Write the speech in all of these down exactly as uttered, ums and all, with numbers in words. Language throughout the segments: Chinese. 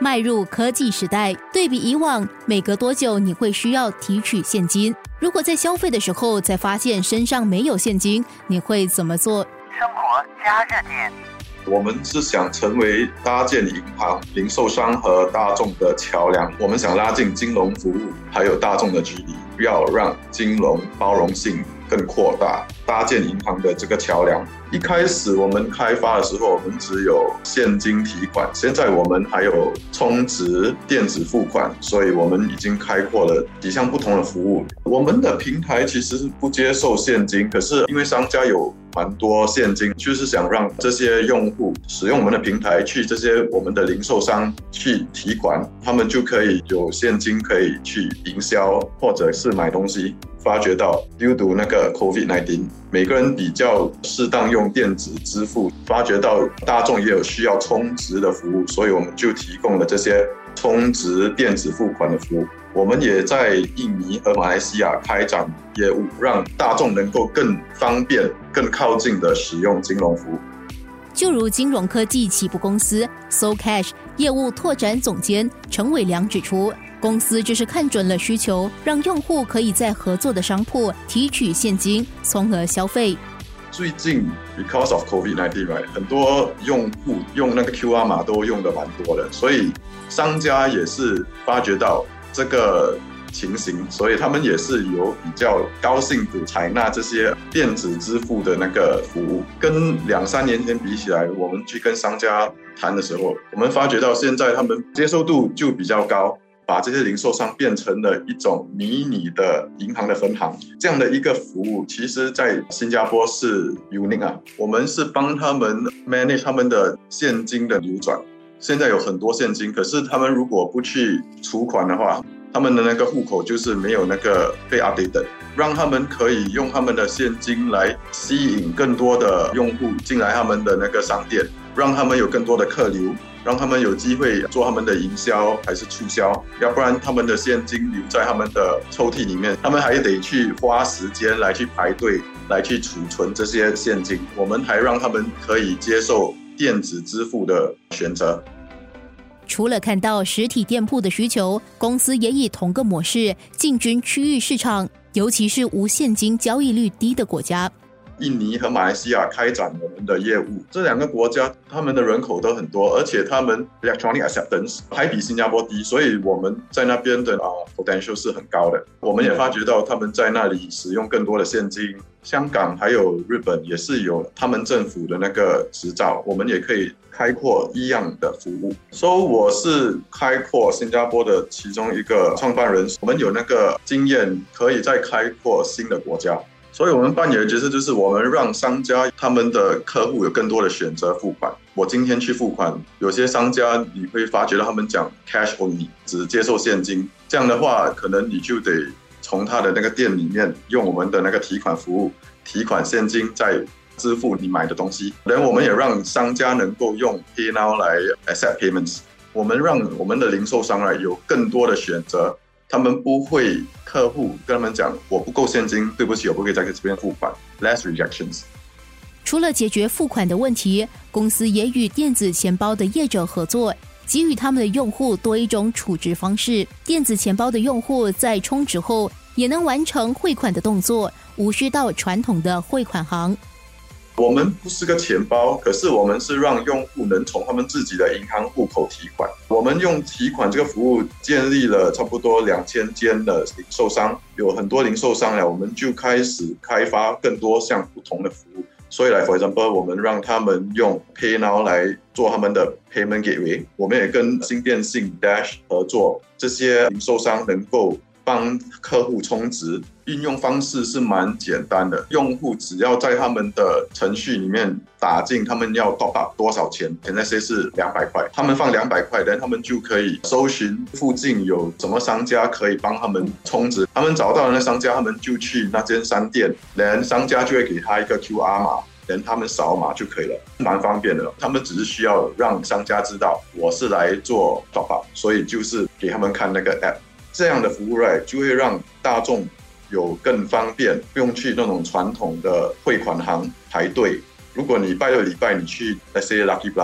迈入科技时代，对比以往，每隔多久你会需要提取现金？如果在消费的时候才发现身上没有现金，你会怎么做？ 生活加热点。 我们是想成为搭建银行、零售商和大众的桥梁。我们想拉近金融服务还有大众的距离，要让金融包容性更扩大，搭建银行的这个桥梁。一开始我们开发的时候，我们只有现金提款，现在我们还有充值、电子付款，所以我们已经开阔了几项不同的服务。我们的平台其实是不接受现金，可是因为商家有蛮多现金，就是想让这些用户使用我们的平台去这些我们的零售商去提款，他们就可以有现金可以去营销或者是买东西。发觉到 due to 那个 COVID 十九， 每个人比较适当用电子支付，发觉到大众也有需要充值的服务，所以我们就提供了这些充值电子付款的服务。我们也在印尼和马来西亚开展业务，让大众能够更方便、更靠近的使用金融服务。 就如金融科技起步公司 SoCash 业务拓展总监陈伟良指出，公司就是看准了需求，让用户可以在合作的商铺提取现金，从而消费。 最近 because of COVID 十九、right, 很多用户用那个 Q R 码都用的蛮多的，所以商家也是发觉到这个情形，所以他们也是有比较高兴的采纳这些电子支付的那个服务。跟两三年前比起来，我们去跟商家谈的时候，我们发觉到现在他们接受度就比较高，把这些零售商变成了一种迷你的银行的分行，这样的一个服务，其实在新加坡是 unique 啊。我们是帮他们 manage 他们的现金的流转，现在有很多现金，可是他们如果不去储款的话，他们的那个户口就是没有那个被 update， 让他们可以用他们的现金来吸引更多的用户进来他们的那个商店，让他们有更多的客流，让他们有机会做他们的营销还是促销，要不然他们的现金留在他们的抽屉里面，他们还得去花时间来去排队来去储存这些现金。我们还让他们可以接受电子支付的选择。 除了看到实体店铺的需求，公司也以同个模式进军区域市场，尤其是无现金交易率低的国家。 印尼和马来西亚开展我们的业务，这两个国家他们的人口都很多，而且他们 electronic acceptance 还比新加坡低，所以我们在那边的、uh, potential 是很高的。我们也发觉到他们在那里使用更多的现金，香港还有日本也是有他们政府的那个执照，我们也可以开阔一样的服务。所以我是开阔新加坡的其中一个创办人，我们有那个经验可以再开阔新的国家。所以我们扮演的角色就是我们让商家他们的客户有更多的选择付款。我今天去付款，有些商家你会发觉到他们讲 cash only， 只接受现金，这样的话可能你就得从他的那个店里面用我们的那个提款服务提款现金，再支付你买的东西。然后我们也让商家能够用 PayNow 来 accept payments， 我们让我们的零售商来有更多的选择。他们不会客户跟他们讲我不够现金，对不起，我不可以在这边付款 less rejections。 除了解决付款的问题，公司也与电子钱包的业者合作，给予他们的用户多一种储值方式。电子钱包的用户在充值后也能完成汇款的动作，无需到传统的汇款行。 我们不是个钱包，可是我们是让用户能从他们自己的银行户口提款。我们用提款这个服务建立了差不多两千间的零售商，有很多零售商了，我们就开始开发更多项不同的服务。所以来 for example， 我们让他们用 PayNow 来做他们的 payment gateway， 我们也跟新电信 Dash 合作，这些零售商能够帮客户充值。运用方式是蛮简单的，用户只要在他们的程序里面打进他们要 top up 多少钱，现在是两百块，他们放两百块，然后他们就可以搜寻附近有什么商家可以帮他们充值，他们找到了那商家，他们就去那间商店，然后商家就会给他一个 Q R 码，然后他们扫码就可以了，蛮方便的。他们只是需要让商家知道我是来做 top up， 所以就是给他们看那个 app， 这样的服务 right 就会让大众有更方便，不用去那种传统的汇款行排队。如果你拜六礼拜你去那些 Lucky Plaza，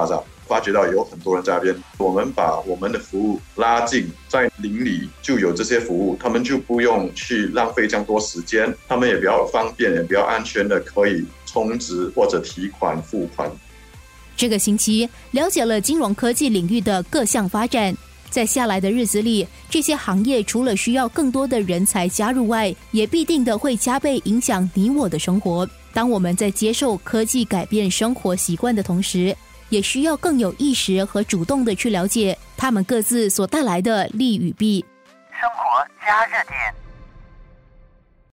发觉到有很多人在那边，我们把我们的服务拉近，在邻里就有这些服务，他们就不用去浪费这样多时间，他们也比较方便也比较安全的可以充值或者提款付款。 这个星期了解了金融科技领域的各项发展，在下来的日子里，这些行业除了需要更多的人才加入外，也必定的会加倍影响你我的生活。当我们在接受科技改变生活习惯的同时，也需要更有意识和主动的去了解他们各自所带来的利与弊。 生活加热点。